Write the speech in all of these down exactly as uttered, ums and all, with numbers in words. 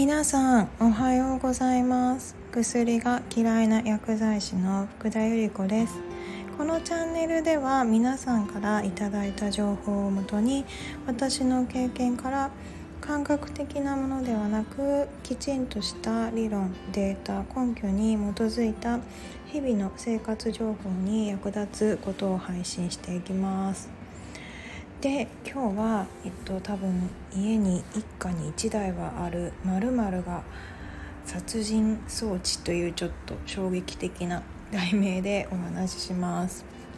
皆さんおはようございます。薬が嫌いな薬剤師の福田由里子です。このチャンネルでは皆さんからいただいた情報をもとに、私の経験から感覚的なものではなく、きちんとした理論、データ、根拠に基づいた日々の生活情報に役立つことを配信していきます。で、今日は、えっと、多分家に一家に一台はある〇〇が殺人装置というちょっと衝撃的な題名でお話しします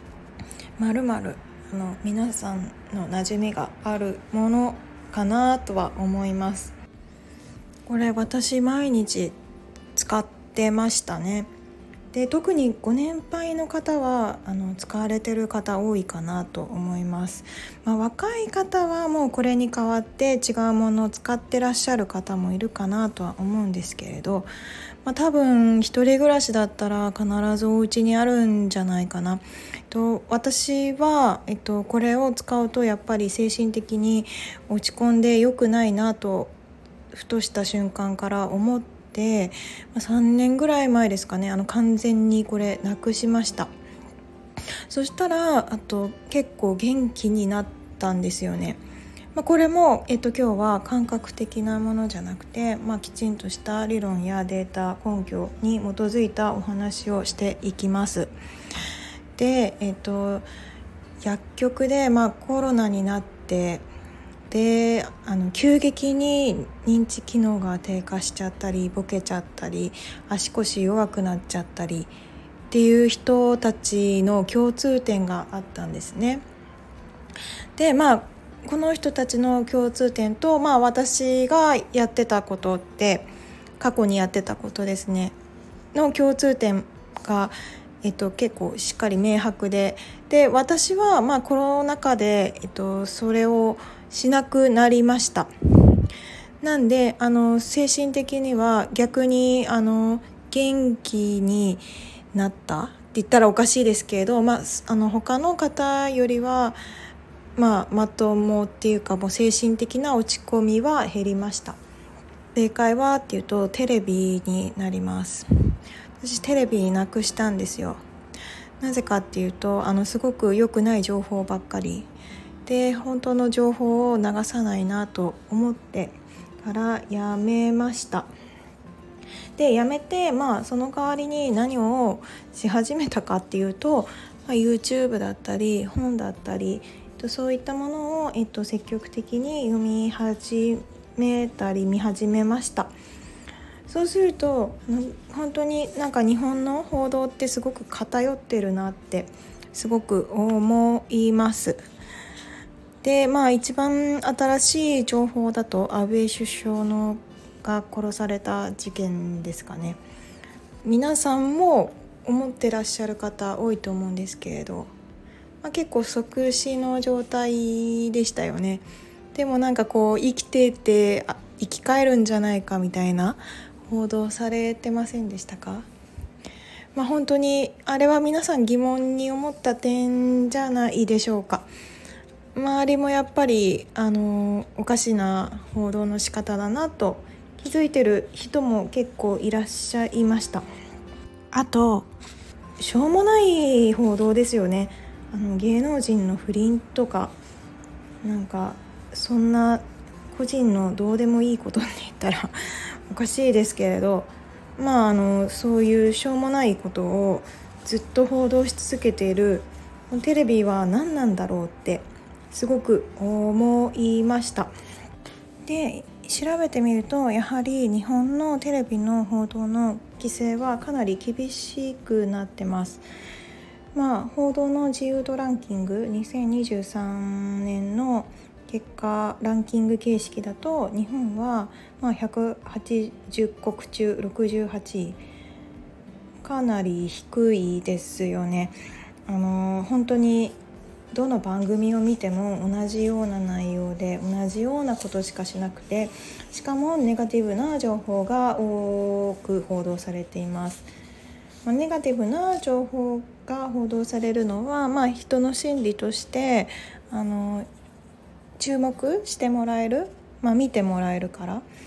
。〇〇、あの皆さんの馴染みがあるものかなとは思います。これ私毎日使ってましたね。で、特にご年配の方はあの使われてる方多いかなと思います。まあ、若い方はもうこれに代わって違うものを使ってらっしゃる方もいるかなとは思うんですけれど、まあ、多分一人暮らしだったら必ずお家にあるんじゃないかなと。私は、えっと、これを使うとやっぱり精神的に落ち込んで良くないなとふとした瞬間から思ってでさんねんぐらい前ですかね、あの完全にこれなくしました。そしたらあと結構元気になったんですよね。まあ、これも、えっと、今日は感覚的なものじゃなくて、まあ、きちんとした理論やデータ根拠に基づいたお話をしていきます。で、えっと、薬局で、まあ、コロナになってであの急激に認知機能が低下しちゃったりボケちゃったり足腰弱くなっちゃったりっていう人たちの共通点があったんですね。でまあこの人たちの共通点と、まあ、私がやってたことって過去にやってたことですねの共通点が、えっと、結構しっかり明白でで私は、まあ、コロナ禍で、えっと、それをしなくなりました。なんであの精神的には逆にあの元気になったって言ったらおかしいですけれど、まあ、あの他の方よりは、まあ、まともっていうかもう精神的な落ち込みは減りました。正解はっていうとテレビになります。私テレビなくしたんですよ。なぜかっていうとあのすごく良くない情報ばっかりで本当の情報を流さないなと思ってからやめました。でやめて、まあ、その代わりに何をし始めたかっていうと、まあ、YouTube だったり本だったりそういったものを、えっと、積極的に読み始めたり見始めました。そうすると本当になんか日本の報道ってすごく偏ってるなってすごく思います。でまあ一番新しい情報だと安倍首相のが殺された事件ですかね。皆さんも思ってらっしゃる方多いと思うんですけれど、まあ、結構即死の状態でしたよね。でもなんかこう生きててあ生き返るんじゃないかみたいな報道されてませんでしたか？まあ、本当にあれは皆さん疑問に思った点じゃないでしょうか。周りもやっぱりあのおかしな報道の仕方だなと気づいてる人も結構いらっしゃいました。あとしょうもない報道ですよね。あの芸能人の不倫とかなんかそんな個人のどうでもいいことって言ったらおかしいですけれど、まああのそういうしょうもないことをずっと報道し続けているテレビは何なんだろうってすごく思いました。で調べてみるとやはり日本のテレビの報道の規制はかなり厳しくなってます。まあ、報道の自由度ランキングにせんにじゅうさんねんの結果ランキング形式だと日本はまあひゃくはちじゅっこく中ろくじゅうはちい、かなり低いですよね。あの本当にどの番組を見ても同じような内容で同じようなことしかしなくて、しかもネガティブな情報が多く報道されています。まあ、ネガティブな情報が報道されるのは、まあ、人の心理としてあの注目してもらえる、まあ、見てもらえるから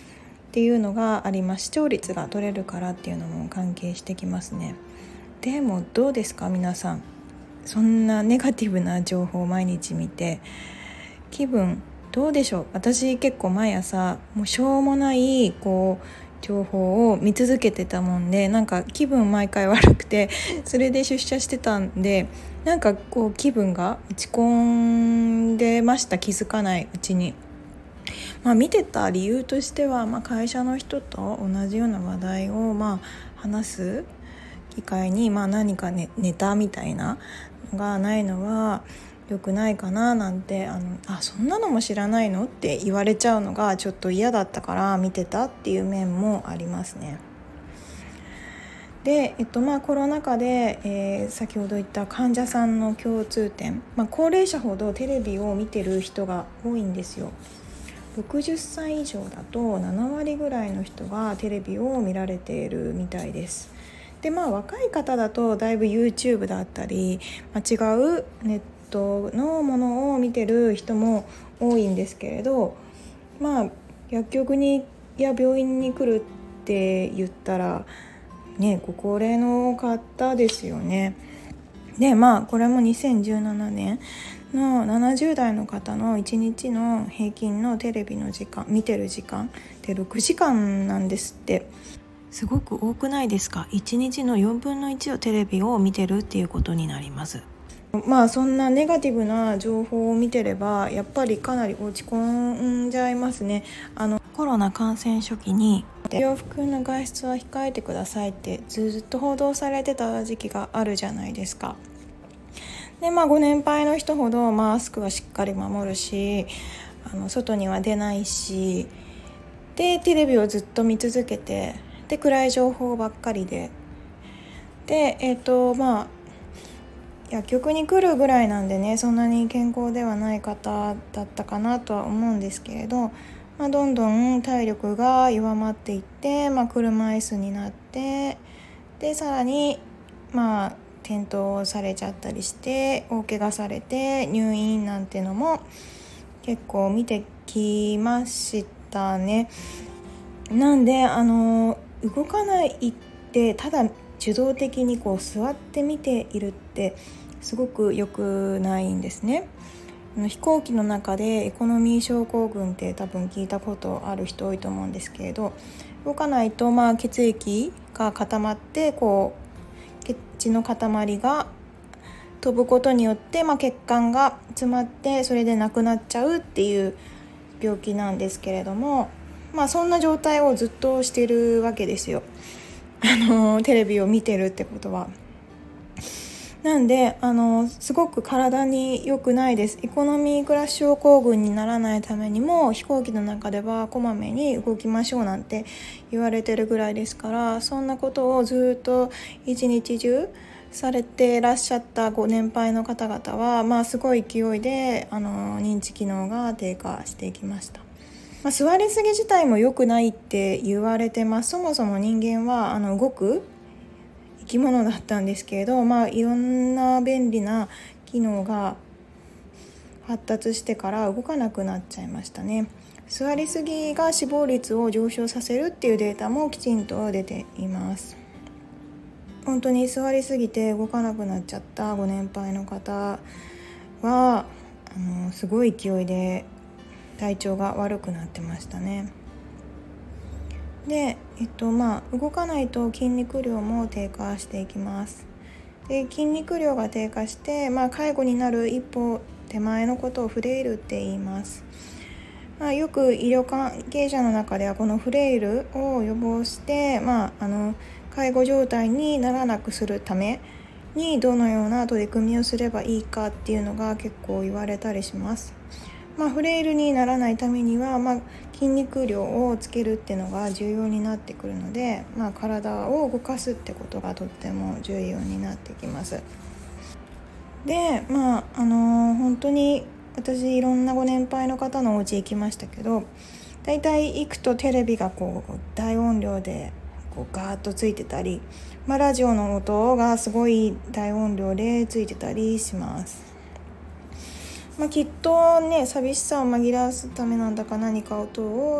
っていうのがあります。視聴率が取れるからっていうのも関係してきますね。でもどうですか皆さん、そんなネガティブな情報を毎日見て気分どうでしょう。私結構毎朝もうしょうもないこう情報を見続けてたもんで、なんか気分毎回悪くて、それで出社してたんで、なんかこう気分が落ち込んでました。気づかないうちに。まあ、見てた理由としては、まあ、会社の人と同じような話題をまあ話す機会に、まあ、何か、ね、ネタみたいなのがないのは良くないかななんて、あのあそんなのも知らないのって言われちゃうのがちょっと嫌だったから見てたっていう面もありますね。で、えっとまあ、コロナ禍で、えー、先ほど言った患者さんの共通点、まあ、高齢者ほどテレビを見てる人が多いんですよ。ろくじゅっさい以上だとななわりぐらいの人がテレビを見られているみたいです。でまあ若い方だとだいぶ YouTube だったり、まあ、違うネットのものを見てる人も多いんですけれど、まあ薬局にや病院に来るって言ったらね、ご高齢の方ですよね。でまあこれもにせんじゅうななねんのななじゅう代の方のいちにちの平均のテレビの時間、見てる時間ってろくじかんなんですって。すごく多くないですか。いちにちのよんぶんのいちをテレビを見てるっていうことになります。まあそんなネガティブな情報を見てればやっぱりかなり落ち込んじゃいますね。あのコロナ感染初期に不要不急の外出は控えてくださいってずっと報道されてた時期があるじゃないですか。でまあご年配の人ほどマスクはしっかり守るし、あの外には出ないし、でテレビをずっと見続けて、で暗い情報ばっかりで、でえっ、ー、とまあ薬局に来るぐらいなんでね、そんなに健康ではない方だったかなとは思うんですけれど、まあ、どんどん体力が弱まっていって、まあ、車椅子になって、でさらにまあ転倒されちゃったりして大怪我されて入院なんてのも結構見てきましたね。なんであの動かないってただ受動的にこう座って見ているってすごく良くないんですね。飛行機の中でエコノミー症候群って多分聞いたことある人多いと思うんですけれど、動かないとまあ血液が固まってこう血の塊が飛ぶことによって、まあ、血管が詰まってそれで亡くなっちゃうっていう病気なんですけれども、まあそんな状態をずっとしてるわけですよ。あのテレビを見てるってことは。なんであのすごく体に良くないです。エコノミークラッシュ症候群にならないためにも飛行機の中ではこまめに動きましょうなんて言われてるぐらいですから、そんなことをずっと一日中されていらっしゃったご年配の方々は、まあ、すごい勢いであの認知機能が低下していきました。まあ、座りすぎ自体も良くないって言われてます。そもそも人間はあの動く生き物だったんですけれど、まあ、いろんな便利な機能が発達してから動かなくなっちゃいましたね。座りすぎが死亡率を上昇させるっていうデータもきちんと出ています。本当に座りすぎて動かなくなっちゃったご年配の方はあのすごい勢いで体調が悪くなってましたね。で、えっとまあ、動かないと筋肉量も低下していきます。で筋肉量が低下して、まあ、介護になる一歩手前のことをフレイルって言います。まあ、よく医療関係者の中ではこのフレイルを予防して、まあ、あの介護状態にならなくするためにどのような取り組みをすればいいかっていうのが結構言われたりします。まあ、フレイルにならないためには、まあ、筋肉量をつけるっていうのが重要になってくるので、まあ、体を動かすってことがとっても重要になってきます。で、まああのー、本当に私いろんなご年配の方のお家行きましたけど、だいたい行くとテレビがこう大音量でこうガーッとついてたり、まあ、ラジオの音がすごい大音量でついてたりします。まあ、きっとね寂しさを紛らわすためなんだか何か音を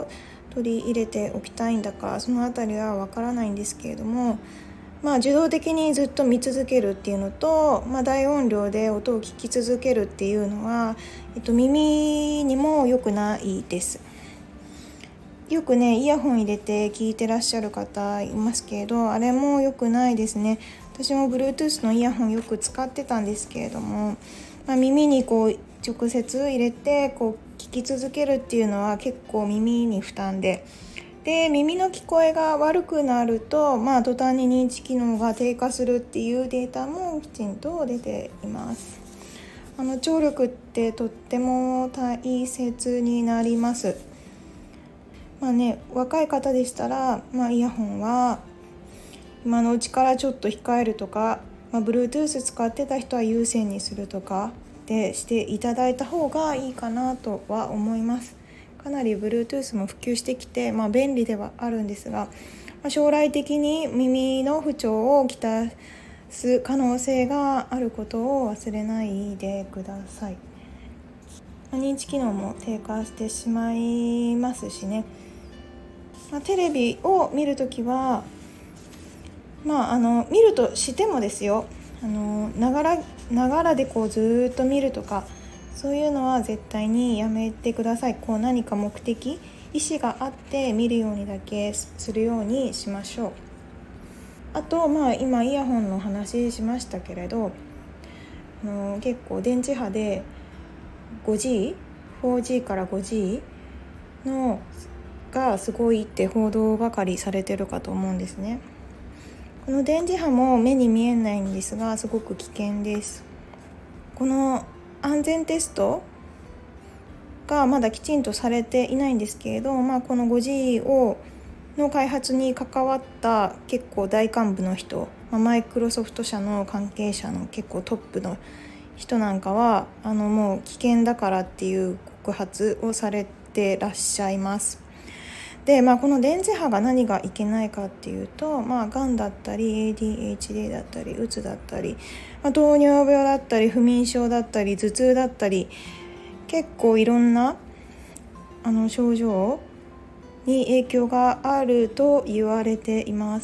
取り入れておきたいんだか、そのあたりはわからないんですけれども、まあ、受動的にずっと見続けるっていうのと、まあ、大音量で音を聞き続けるっていうのは、えっと、耳にも良くないです。よくねイヤホン入れて聞いてらっしゃる方いますけど、あれも良くないですね。私も Bluetooth のイヤホンよく使ってたんですけれども、まあ、耳にこう直接入れてこう聞き続けるっていうのは結構耳に負担で、で耳の聞こえが悪くなると、まあ、途端に認知機能が低下するっていうデータもきちんと出ています。あの聴力ってとっても大切になります。まあね、若い方でしたら、まあ、イヤホンは今のうちからちょっと控えるとか、まあ、Bluetooth 使ってた人は有線にするとかでしていただいた方がいいかなとは思います。かなり Bluetooth も普及してきて、まあ、便利ではあるんですが、まあ、将来的に耳の不調をきたす可能性があることを忘れないでください。まあ、認知機能も低下してしまいますしね。まあ、テレビを見るときは、まあ、あの見るとしてもですよ、あのながらながらでこうずっと見るとか、そういうのは絶対にやめてください。こう何か目的、意思があって見るようにだけするようにしましょう。あと、まあ、今イヤホンの話しましたけれど、あの結構電磁波で フォージー、フォージー から ファイブジー のがすごいって報道ばかりされてるかと思うんですね。この電磁波も目に見えないんですが、すごく危険です。この安全テストがまだきちんとされていないんですけれど、まあ、この ファイブジー をの開発に関わった結構大幹部の人、まあ、マイクロソフト社の関係者の結構トップの人なんかは、あのもう危険だからっていう告発をされてらっしゃいます。で、まあ、この電磁波が何がいけないかっていうと、まあ、がんだったり エーディーエイチディー だったりうつだったり、まあ、糖尿病だったり不眠症だったり頭痛だったり、結構いろんなあの症状に影響があると言われています。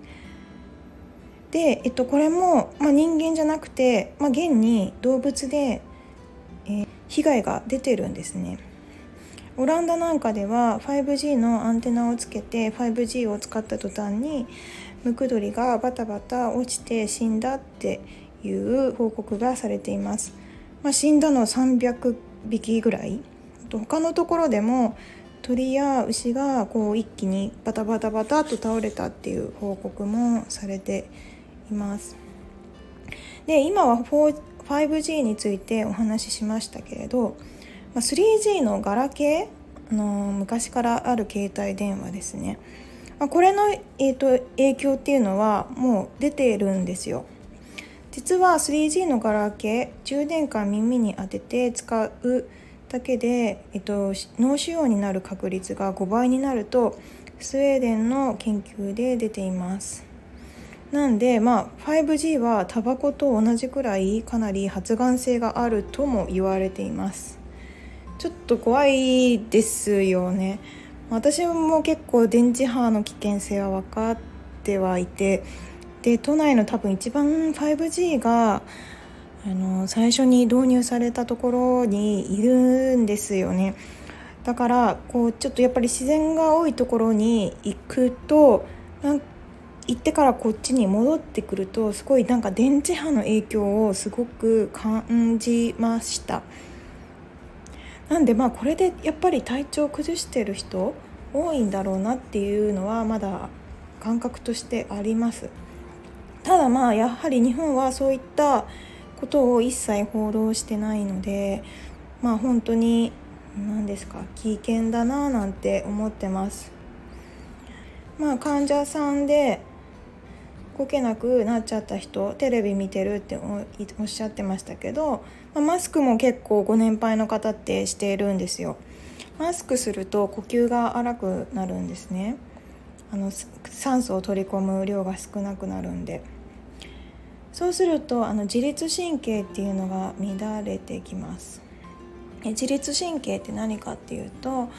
で、えっと、これも、まあ、人間じゃなくて、まあ、現に動物で、えー、被害が出てるんですね。オランダなんかでは ファイブジー のアンテナをつけて ファイブジー を使った途端にムクドリがバタバタ落ちて死んだっていう報告がされています。まあ、死んだのさんびゃくびきぐらい。他のところでも鳥や牛がこう一気にバタバタバタと倒れたっていう報告もされています。で、今は ファイブジー についてお話ししましたけれど、スリージー のガラケー、あの昔からある携帯電話ですね、これの、えーと、影響っていうのはもう出ているんですよ。実は スリージー のガラケー、充電管耳に当てて使うだけで、えーと、脳腫瘍になる確率がごばいになるとスウェーデンの研究で出ています。なんで、まあ、ファイブジー はタバコと同じくらいかなり発がん性があるとも言われています。ちょっと怖いですよね。私も結構電磁波の危険性は分かってはいて、で都内の多分一番 ファイブジー があの最初に導入されたところにいるんですよね。だからこうちょっとやっぱり自然が多いところに行くと、なん行ってからこっちに戻ってくるとすごいなんか電磁波の影響をすごく感じました。なんでまあこれでやっぱり体調を崩してる人多いんだろうなっていうのはまだ感覚としてあります。ただまあやはり日本はそういったことを一切報道してないので、まあ本当に何ですか、危険だななんて思ってます。まあ患者さんで動けなくなっちゃった人、テレビ見てるっておっしゃってましたけど、マスクも結構ご年配の方ってしているんですよ。マスクすると呼吸が荒くなるんですね。あの酸素を取り込む量が少なくなるんで、そうするとあの自律神経っていうのが乱れてきます。自律神経って何かっていうと、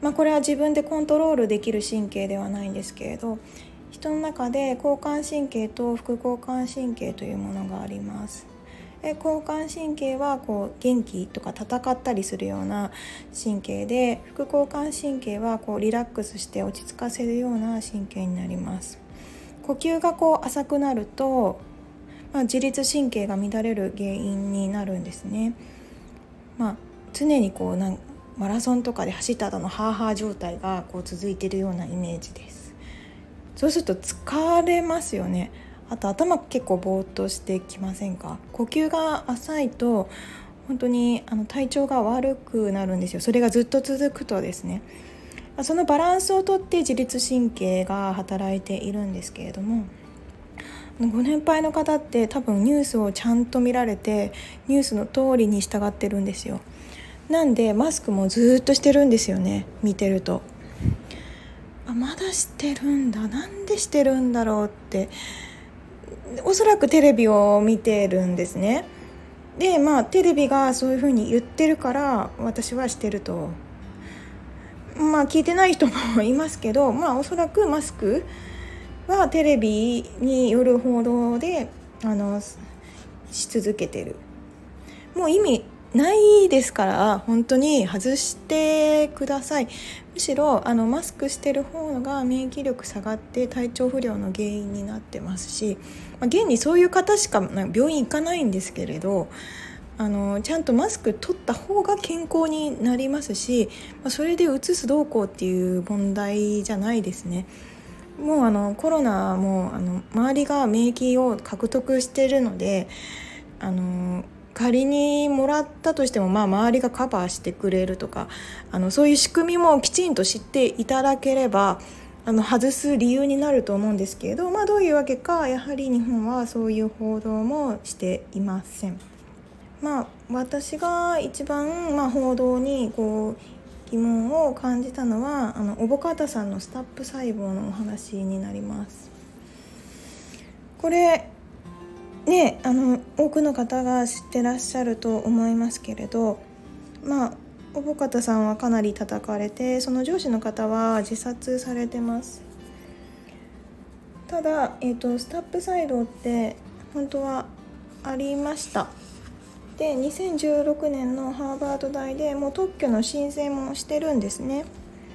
まあ、これは自分でコントロールできる神経ではないんですけれど、人の中で交感神経と副交感神経というものがあります。で交感神経はこう元気とか戦ったりするような神経で、副交感神経はこうリラックスして落ち着かせるような神経になります。呼吸がこう浅くなると、まあ、自律神経が乱れる原因になるんですね。まあ、常にこうなんマラソンとかで走った後のハーハー状態がこう続いているようなイメージです。そうすると疲れますよね。あと頭結構ぼーっとしてきませんか？呼吸が浅いと本当にあの体調が悪くなるんですよ。それがずっと続くとですね、そのバランスをとって自律神経が働いているんですけれども、ご年配の方って多分ニュースをちゃんと見られてニュースの通りに従ってるんですよ。なんでマスクもずっとしてるんですよね。見てるとあまだしてるんだ、なんでしてるんだろうって、おそらくテレビを見てるんですね。でまあテレビがそういう風に言ってるから私はしてると、まあ聞いてない人もいますけど、まあおそらくマスクはテレビによる報道であのし続けてる。もう意味ないですから本当に外してください。むしろあのマスクしてる方が免疫力下がって体調不良の原因になってますし、まあ、現にそういう方しか病院行かないんですけれど、あのちゃんとマスク取った方が健康になりますし、まあ、それでうつすどうこうっていう問題じゃないですね。もうあのコロナもあの周りが免疫を獲得しているので、あの仮にもらったとしても、まあ、周りがカバーしてくれるとか、あのそういう仕組みもきちんと知っていただければあの外す理由になると思うんですけれど、まあ、どういうわけかやはり日本はそういう報道もしていません。まあ、私が一番、まあ、報道にこう疑問を感じたのはあの小保方さんのスタップ細胞のお話になります。これね、あの多くの方が知ってらっしゃると思いますけれど、まあ小保方さんはかなり叩かれて、その上司の方は自殺されてます。ただ、えーと、スタップ細胞って本当はありました。でにせんじゅうろくねんのハーバード大でもう特許の申請もしてるんですね。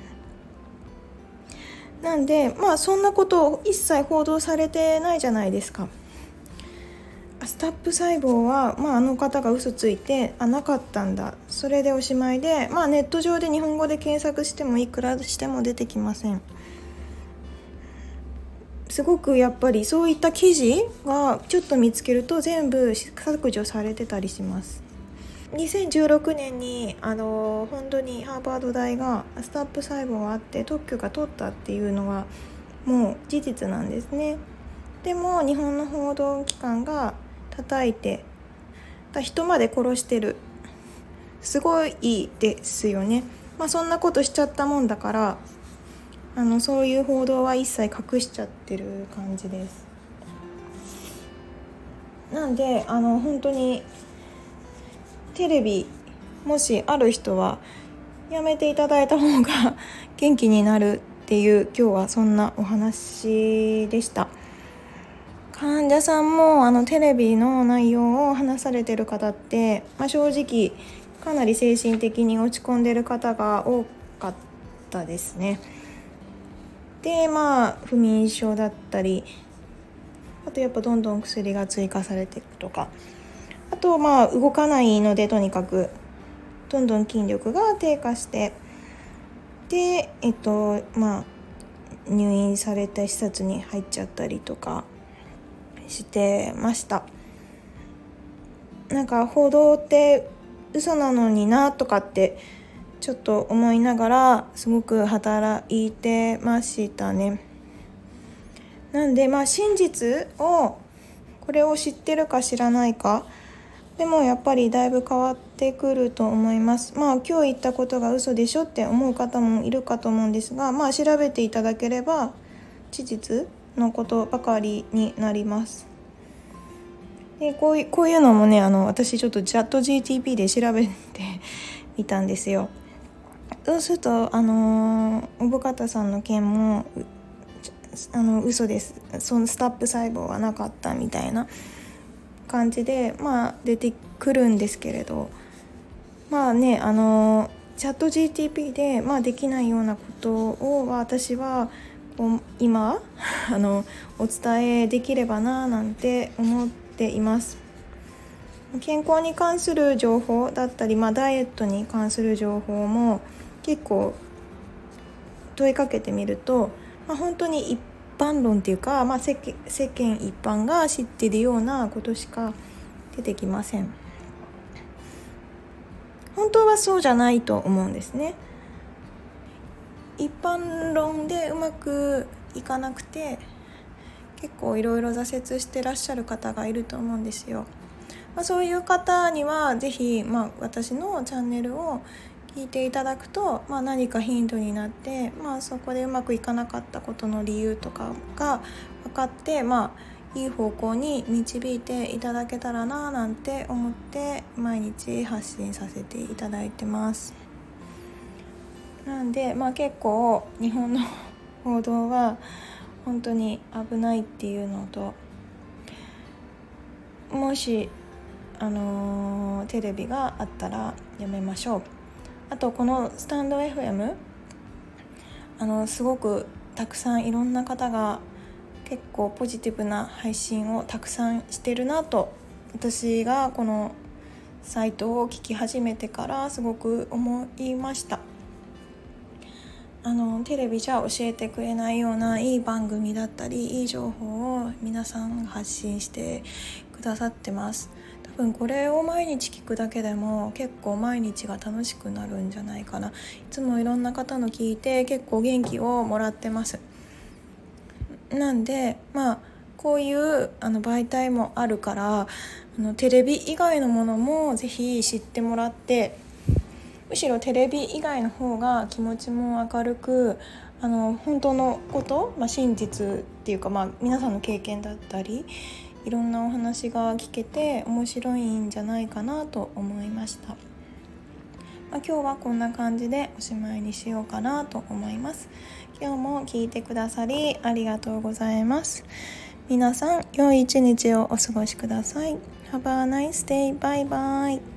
なんでまあそんなことを一切報道されてないじゃないですか。スタップ細胞は、まあ、あの方が嘘ついてあなかったんだ、それでおしまいで、まあ、ネット上で日本語で検索してもいくらしても出てきません。すごくやっぱりそういった記事がちょっと見つけると全部削除されてたりします。にせんじゅうろくねんにあの本当にハーバード大がスタップ細胞があって特許が取ったっていうのはもう事実なんですね。でも日本の報道機関が叩いて人まで殺してる、すごいですよね。まあそんなことしちゃったもんだからあのそういう報道は一切隠しちゃってる感じです。なんであの本当にテレビもしある人はやめていただいた方が元気になるっていう今日はそんなお話でした。患者さんもあのテレビの内容を話されてる方って、まあ、正直かなり精神的に落ち込んでる方が多かったですね。でまあ不眠症だったり、あとやっぱどんどん薬が追加されていくとか、あとまあ動かないのでとにかくどんどん筋力が低下して、でえっとまあ入院された施設に入っちゃったりとかしてました。なんか報道って嘘なのになとかってちょっと思いながらすごく働いてましたね。なんでまあ真実をこれを知ってるか知らないかでもやっぱりだいぶ変わってくると思います。まあ今日言ったことが嘘でしょって思う方もいるかと思うんですが、まあ調べていただければ事実のことばかりになります。でこういう、こういうのもねあの私ちょっとチャット ジーティーピー で調べてみたんですよ。 そうするとあのー、小方さんの件もあの嘘です、そのスタップ細胞はなかったみたいな感じで、まあ、出てくるんですけれど、まあね、あのチャット ジーティーピー で、まあ、できないようなことを私は今あのお伝えできればななんて思っています。健康に関する情報だったり、まあ、ダイエットに関する情報も結構問いかけてみると、まあ、本当に一般論っていうか、まあ、世間、世間一般が知っているようなことしか出てきません。本当はそうじゃないと思うんですね。一般論でうまくいかなくて結構いろいろ挫折してらっしゃる方がいると思うんですよ。まあ、そういう方にはぜひ、まあ、私のチャンネルを聞いていただくと、まあ、何かヒントになって、まあ、そこでうまくいかなかったことの理由とかが分かって、まあ、いい方向に導いていただけたらななんて思って毎日発信させていただいてます。なんで、まあ、結構日本の報道は本当に危ないっていうのと、もしあのー、テレビがあったらやめましょう。あとこのスタンド エフエム、 あのすごくたくさんいろんな方が結構ポジティブな配信をたくさんしてるなと、私がこのサイトを聞き始めてからすごく思いました。あのテレビじゃ教えてくれないようないい番組だったりいい情報を皆さん発信してくださってます。多分これを毎日聞くだけでも結構毎日が楽しくなるんじゃないかな。いつもいろんな方の聞いて結構元気をもらってます。なんでまあこういうあの媒体もあるから、あのテレビ以外のものもぜひ知ってもらって、むしろテレビ以外の方が気持ちも明るく、あの本当のこと、まあ、真実っていうか、まあ、皆さんの経験だったりいろんなお話が聞けて面白いんじゃないかなと思いました。まあ、今日はこんな感じでおしまいにしようかなと思います。今日も聞いてくださりありがとうございます。皆さん良い一日をお過ごしください。Have a nice day. Bye bye.